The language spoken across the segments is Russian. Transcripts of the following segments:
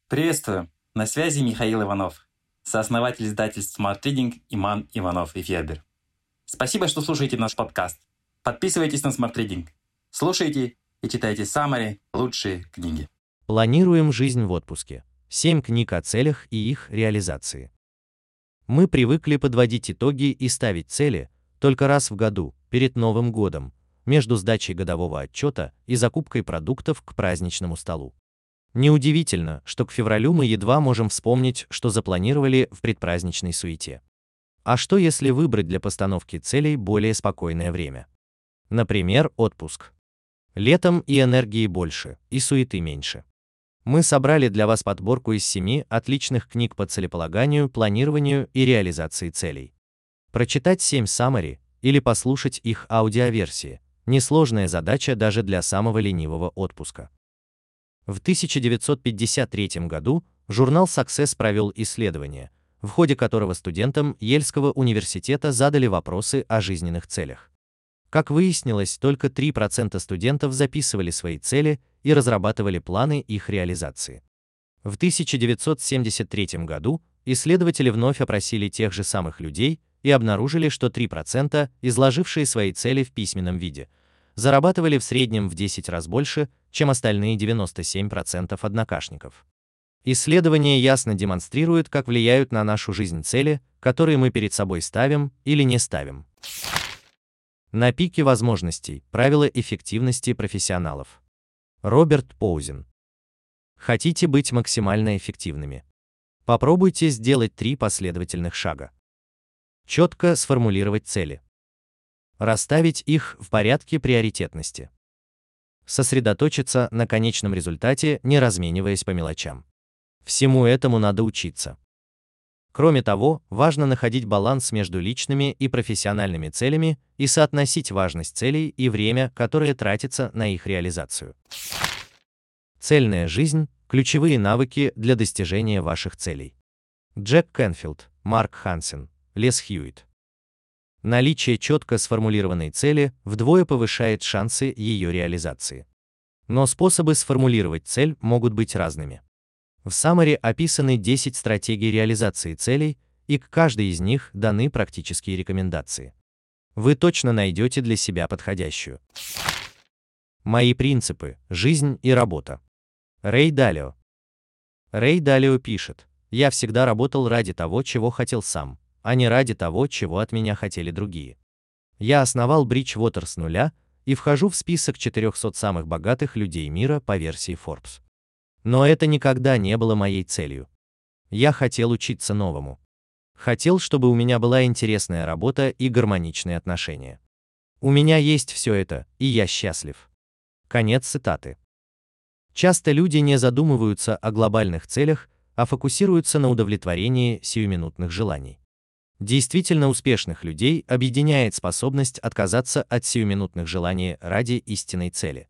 Приветствую! На связи Михаил Иванов, сооснователь издательств Smart Reading Иман Иванов и Федер. Спасибо, что слушаете наш подкаст. Подписывайтесь на Smart Reading. Слушайте и читайте самые лучшие книги. Планируем жизнь в отпуске. 7 книг о целях и их реализации. Мы привыкли подводить итоги и ставить цели только раз в году, перед Новым годом, между сдачей годового отчета и закупкой продуктов к праздничному столу. Неудивительно, что к февралю мы едва можем вспомнить, что запланировали в предпраздничной суете. А что если выбрать для постановки целей более спокойное время? Например, отпуск. Летом и энергии больше, и суеты меньше. Мы собрали для вас подборку из 7 отличных книг по целеполаганию, планированию и реализации целей. Прочитать 7 summary или послушать их аудиоверсии – несложная задача даже для самого ленивого отпуска. В 1953 году журнал Success провел исследование, в ходе которого студентам Йельского университета задали вопросы о жизненных целях. Как выяснилось, только 3% студентов записывали свои цели и разрабатывали планы их реализации. В 1973 году исследователи вновь опросили тех же самых людей и обнаружили, что 3%, изложившие свои цели в письменном виде, зарабатывали в среднем в 10 раз больше, чем остальные 97% однокашников. Исследования ясно демонстрируют, как влияют на нашу жизнь цели, которые мы перед собой ставим или не ставим. На пике возможностей. Правила эффективности профессионалов. Роберт Поузен. Хотите быть максимально эффективными? Попробуйте сделать 3 последовательных шага. Четко сформулировать цели. Расставить их в порядке приоритетности. Сосредоточиться на конечном результате, не размениваясь по мелочам. Всему этому надо учиться. Кроме того, важно находить баланс между личными и профессиональными целями и соотносить важность целей и время, которое тратится на их реализацию. Цельная жизнь – ключевые навыки для достижения ваших целей. Джек Кенфилд, Марк Хансен, Лес Хьюитт. Наличие четко сформулированной цели вдвое повышает шансы ее реализации. Но способы сформулировать цель могут быть разными. В summary описаны 10 стратегий реализации целей, и к каждой из них даны практические рекомендации. Вы точно найдете для себя подходящую. Мои принципы, жизнь и работа. Рэй Далио. Рэй Далио пишет: «Я всегда работал ради того, чего хотел сам, а не ради того, чего от меня хотели другие. Я основал Bridgewater с нуля и вхожу в список 400 самых богатых людей мира по версии Forbes. Но это никогда не было моей целью. Я хотел учиться новому. Хотел, чтобы у меня была интересная работа и гармоничные отношения. У меня есть все это, и я счастлив». Конец цитаты. Часто люди не задумываются о глобальных целях, а фокусируются на удовлетворении сиюминутных желаний. Действительно успешных людей объединяет способность отказаться от сиюминутных желаний ради истинной цели.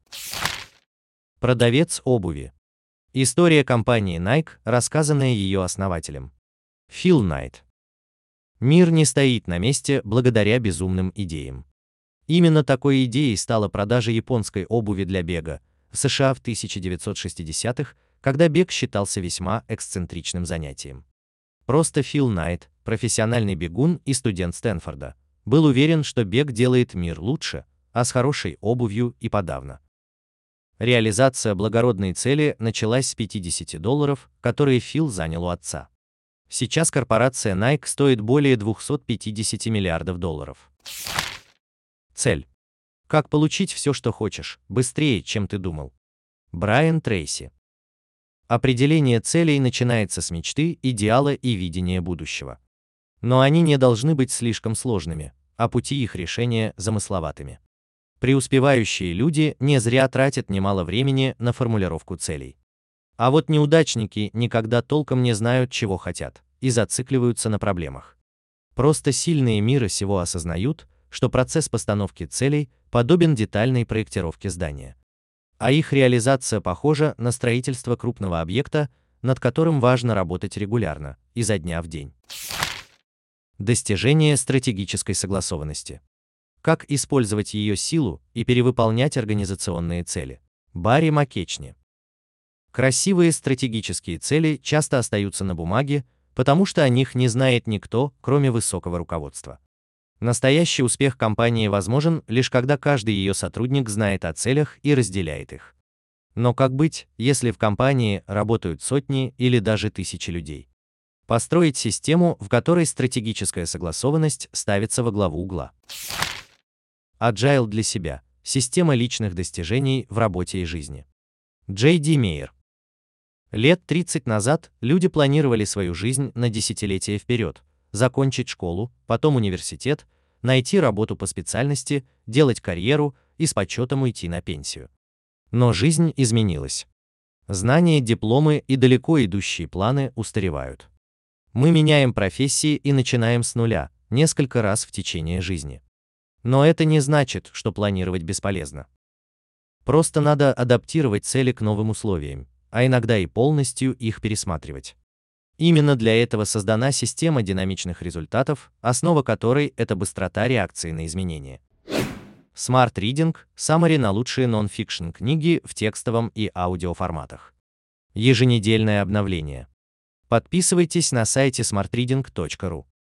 Продавец обуви. История компании Nike, рассказанная ее основателем. Фил Найт. Мир не стоит на месте благодаря безумным идеям. Именно такой идеей стала продажа японской обуви для бега в США в 1960-х, когда бег считался весьма эксцентричным занятием. Просто Фил Найт, профессиональный бегун и студент Стэнфорда, был уверен, что бег делает мир лучше, а с хорошей обувью и подавно. Реализация благородной цели началась с $50, которые Фил занял у отца. Сейчас корпорация Nike стоит более 250 миллиардов долларов. Цель. Как получить все, что хочешь, быстрее, чем ты думал. Брайан Трейси. Определение целей начинается с мечты, идеала и видения будущего. Но они не должны быть слишком сложными, а пути их решения замысловатыми. Преуспевающие люди не зря тратят немало времени на формулировку целей. А вот неудачники никогда толком не знают, чего хотят, и зацикливаются на проблемах. Просто сильные мира сего осознают, что процесс постановки целей подобен детальной проектировке здания. А их реализация похожа на строительство крупного объекта, над которым важно работать регулярно, изо дня в день. Достижение стратегической согласованности. Как использовать ее силу и перевыполнять организационные цели. Барри Маккечни. Красивые стратегические цели часто остаются на бумаге, потому что о них не знает никто, кроме высокого руководства. Настоящий успех компании возможен лишь когда каждый ее сотрудник знает о целях и разделяет их. Но как быть, если в компании работают сотни или даже тысячи людей? Построить систему, в которой стратегическая согласованность ставится во главу угла. Agile для себя. Система личных достижений в работе и жизни. Джей Ди Мейер. Лет 30 назад люди планировали свою жизнь на десятилетия вперед: закончить школу, потом университет, найти работу по специальности, делать карьеру и с почетом уйти на пенсию. Но жизнь изменилась. Знания, дипломы и далеко идущие планы устаревают. Мы меняем профессии и начинаем с нуля несколько раз в течение жизни. Но это не значит, что планировать бесполезно. Просто надо адаптировать цели к новым условиям, а иногда и полностью их пересматривать. Именно для этого создана система динамичных результатов, основа которой – это быстрота реакции на изменения. Smart Reading – Summary на лучшие нон-фикшн книги в текстовом и аудиоформатах. Еженедельное обновление. Подписывайтесь на сайте smartreading.ru.